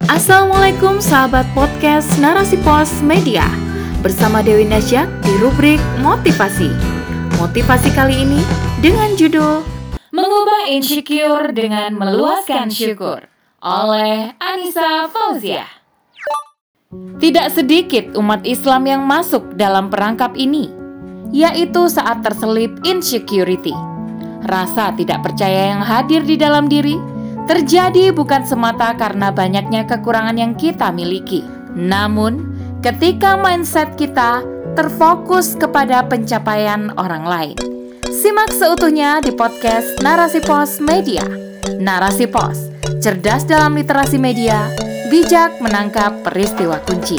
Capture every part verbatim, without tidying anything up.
Assalamualaikum sahabat podcast Narasi Pos Media. Bersama Dewi Nasjak di rubrik Motivasi. Motivasi kali ini dengan judul Mengubah Insecure dengan Meluaskan Syukur oleh Anissa Fauziah. Tidak sedikit umat Islam yang masuk dalam perangkap ini, yaitu saat terselip insecurity. Rasa tidak percaya yang hadir di dalam diri terjadi bukan semata karena banyaknya kekurangan yang kita miliki, namun ketika mindset kita terfokus kepada pencapaian orang lain. Simak seutuhnya di podcast Narasi Pos Media. Narasi Pos, cerdas dalam literasi media, bijak menangkap peristiwa kunci.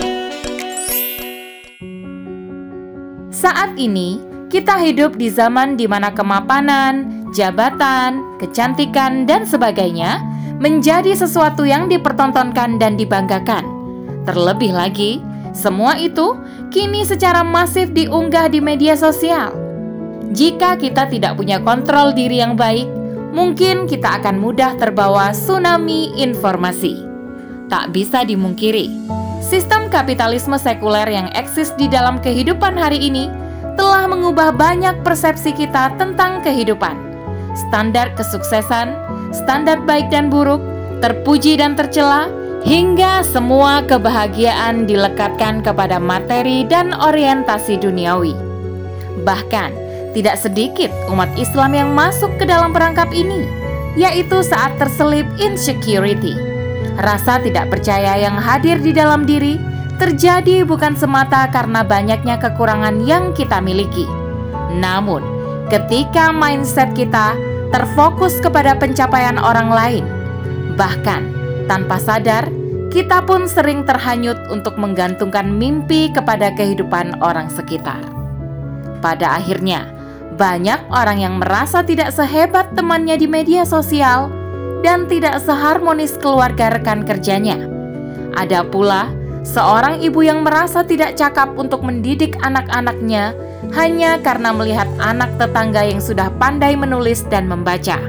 Saat ini, kita hidup di zaman di mana kemapanan, jabatan, kecantikan, dan sebagainya menjadi sesuatu yang dipertontonkan dan dibanggakan. Terlebih lagi, semua itu kini secara masif diunggah di media sosial. Jika kita tidak punya kontrol diri yang baik, mungkin kita akan mudah terbawa tsunami informasi. Tak bisa dimungkiri, sistem kapitalisme sekuler yang eksis di dalam kehidupan hari ini telah mengubah banyak persepsi kita tentang kehidupan. Standar kesuksesan, standar baik dan buruk, terpuji dan tercela, hingga semua kebahagiaan dilekatkan kepada materi dan orientasi duniawi. Bahkan, tidak sedikit umat Islam yang masuk ke dalam perangkap ini, yaitu saat terselip insecurity. Rasa tidak percaya yang hadir di dalam diri terjadi bukan semata karena banyaknya kekurangan yang kita miliki, namun ketika mindset kita terfokus kepada pencapaian orang lain, bahkan tanpa sadar, kita pun sering terhanyut untuk menggantungkan mimpi kepada kehidupan orang sekitar. Pada akhirnya, banyak orang yang merasa tidak sehebat temannya di media sosial dan tidak seharmonis keluarga rekan kerjanya. Ada pula seorang ibu yang merasa tidak cakap untuk mendidik anak-anaknya hanya karena melihat anak tetangga yang sudah pandai menulis dan membaca.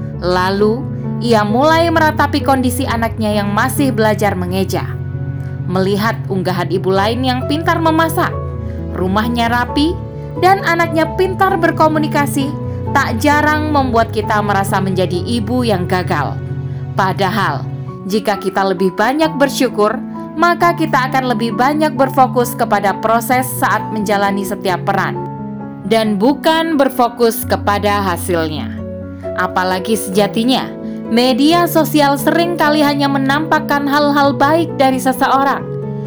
Lalu, ia mulai meratapi kondisi anaknya yang masih belajar mengeja. Melihat unggahan ibu lain yang pintar memasak, rumahnya rapi, dan anaknya pintar berkomunikasi, tak jarang membuat kita merasa menjadi ibu yang gagal. Padahal, jika kita lebih banyak bersyukur, maka kita akan lebih banyak berfokus kepada proses saat menjalani setiap peran, dan bukan berfokus kepada hasilnya. Apalagi sejatinya, media sosial sering kali hanya menampakkan hal-hal baik dari seseorang,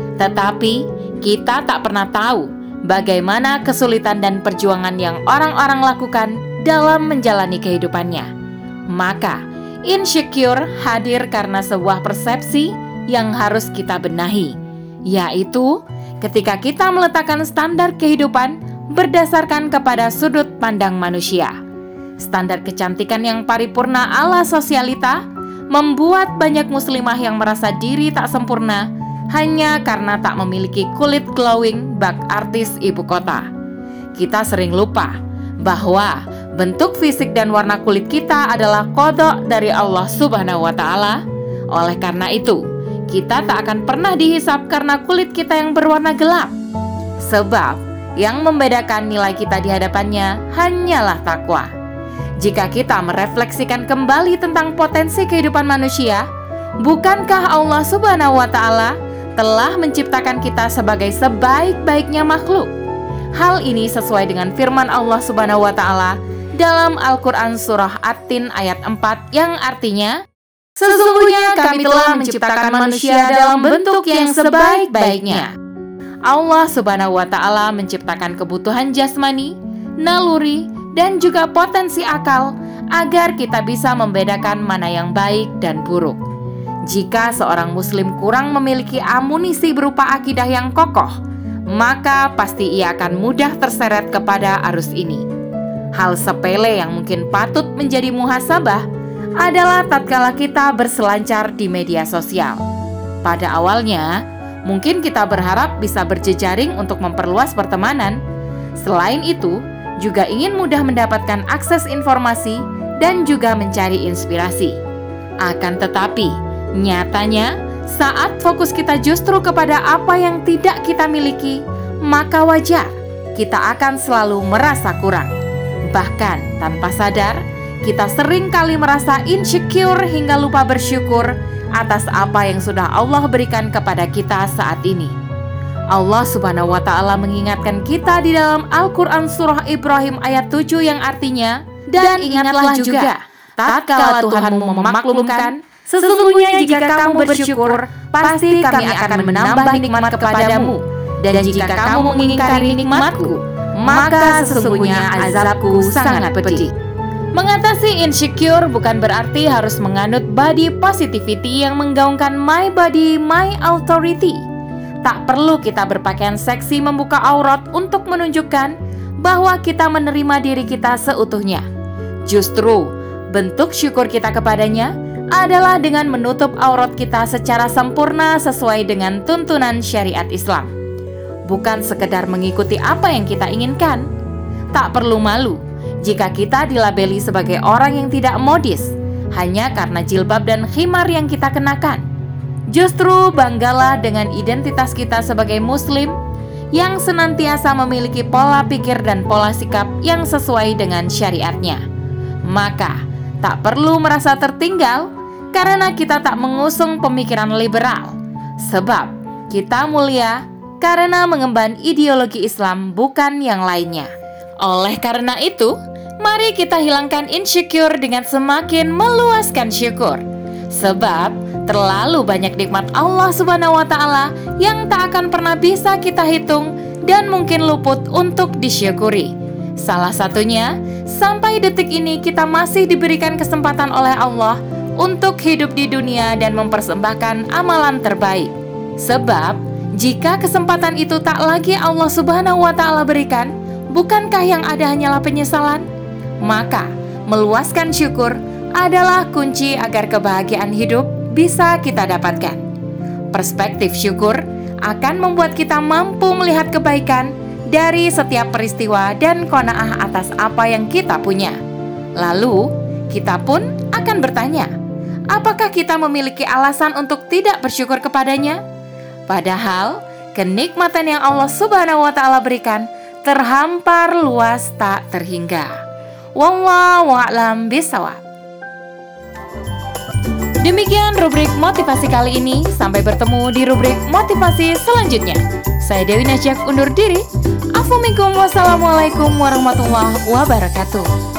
tetapi kita tak pernah tahu bagaimana kesulitan dan perjuangan yang orang-orang lakukan dalam menjalani kehidupannya. Maka, insecure hadir karena sebuah persepsi yang harus kita benahi, yaitu ketika kita meletakkan standar kehidupan berdasarkan kepada sudut pandang manusia. Standar kecantikan yang paripurna ala sosialita membuat banyak muslimah yang merasa diri tak sempurna hanya karena tak memiliki kulit glowing bak artis ibu kota. Kita sering lupa bahwa bentuk fisik dan warna kulit kita adalah qada dari Allah Subhanahu wa Ta'ala. Oleh karena itu, kita tak akan pernah dihisap karena kulit kita yang berwarna gelap. Sebab yang membedakan nilai kita di hadapannya hanyalah takwa. Jika kita merefleksikan kembali tentang potensi kehidupan manusia, bukankah Allah Subhanahu wa Ta'ala telah menciptakan kita sebagai sebaik-baiknya makhluk? Hal ini sesuai dengan firman Allah Subhanahu wa Ta'ala dalam Al-Quran Surah At-Tin ayat empat yang artinya, sesungguhnya kami telah menciptakan manusia dalam bentuk yang sebaik-baiknya. Allah Subhanahu wa Ta'ala menciptakan kebutuhan jasmani, naluri, dan juga potensi akal agar kita bisa membedakan mana yang baik dan buruk. Jika seorang muslim kurang memiliki amunisi berupa akidah yang kokoh, maka pasti ia akan mudah terseret kepada arus ini. Hal sepele yang mungkin patut menjadi muhasabah adalah tatkala kita berselancar di media sosial. Pada awalnya, mungkin kita berharap bisa berjejaring untuk memperluas pertemanan. Selain itu, juga ingin mudah mendapatkan akses informasi dan juga mencari inspirasi. Akan tetapi, nyatanya Saat fokus kita justru kepada apa yang tidak kita miliki, maka wajar kita akan selalu merasa kurang. Bahkan tanpa sadar, kita sering kali merasa insecure hingga lupa bersyukur atas apa yang sudah Allah berikan kepada kita saat ini. Allah Subhanahu wa Ta'ala mengingatkan kita di dalam Al-Quran Surah Ibrahim ayat tujuh yang artinya, dan ingatlah juga, tatkala Tuhanmu memaklumkan, sesungguhnya jika kamu bersyukur, pasti kami akan menambah nikmat kepadamu, dan jika kamu mengingkari nikmatku, maka sesungguhnya azabku sangat pedih. Mengatasi insecure bukan berarti harus menganut body positivity yang menggaungkan my body, my authority. Tak perlu kita berpakaian seksi membuka aurat untuk menunjukkan bahwa kita menerima diri kita seutuhnya. Justru, bentuk syukur kita kepadanya adalah dengan menutup aurat kita secara sempurna sesuai dengan tuntunan syariat Islam. Bukan sekedar mengikuti apa yang kita inginkan. Tak perlu malu jika kita dilabeli sebagai orang yang tidak modis hanya karena jilbab dan khimar yang kita kenakan. Justru banggalah dengan identitas kita sebagai muslim yang senantiasa memiliki pola pikir dan pola sikap yang sesuai dengan syariatnya. Maka tak perlu merasa tertinggal karena kita tak mengusung pemikiran liberal. Sebab kita mulia karena mengemban ideologi Islam bukan yang lainnya. Oleh karena itu, mari kita hilangkan insecure dengan semakin meluaskan syukur. Sebab terlalu banyak nikmat Allah Subhanahu wa Ta'ala yang tak akan pernah bisa kita hitung dan mungkin luput untuk disyukuri. Salah satunya, sampai detik ini kita masih diberikan kesempatan oleh Allah untuk hidup di dunia dan mempersembahkan amalan terbaik. Sebab, jika kesempatan itu tak lagi Allah Subhanahu wa Ta'ala berikan, bukankah yang ada hanyalah penyesalan? Maka, meluaskan syukur adalah kunci agar kebahagiaan hidup bisa kita dapatkan. Perspektif syukur akan membuat kita mampu melihat kebaikan dari setiap peristiwa dan qanaah atas apa yang kita punya. Lalu, kita pun akan bertanya, apakah kita memiliki alasan untuk tidak bersyukur kepadanya? Padahal, kenikmatan yang Allah Subhanahu wa Ta'ala berikan terhampar luas tak terhingga. Wallahu a'lam bishawab. Demikian rubrik motivasi kali ini. Sampai bertemu di rubrik motivasi selanjutnya. Saya Dewi Najak undur diri. Assalamualaikum warahmatullahi wabarakatuh.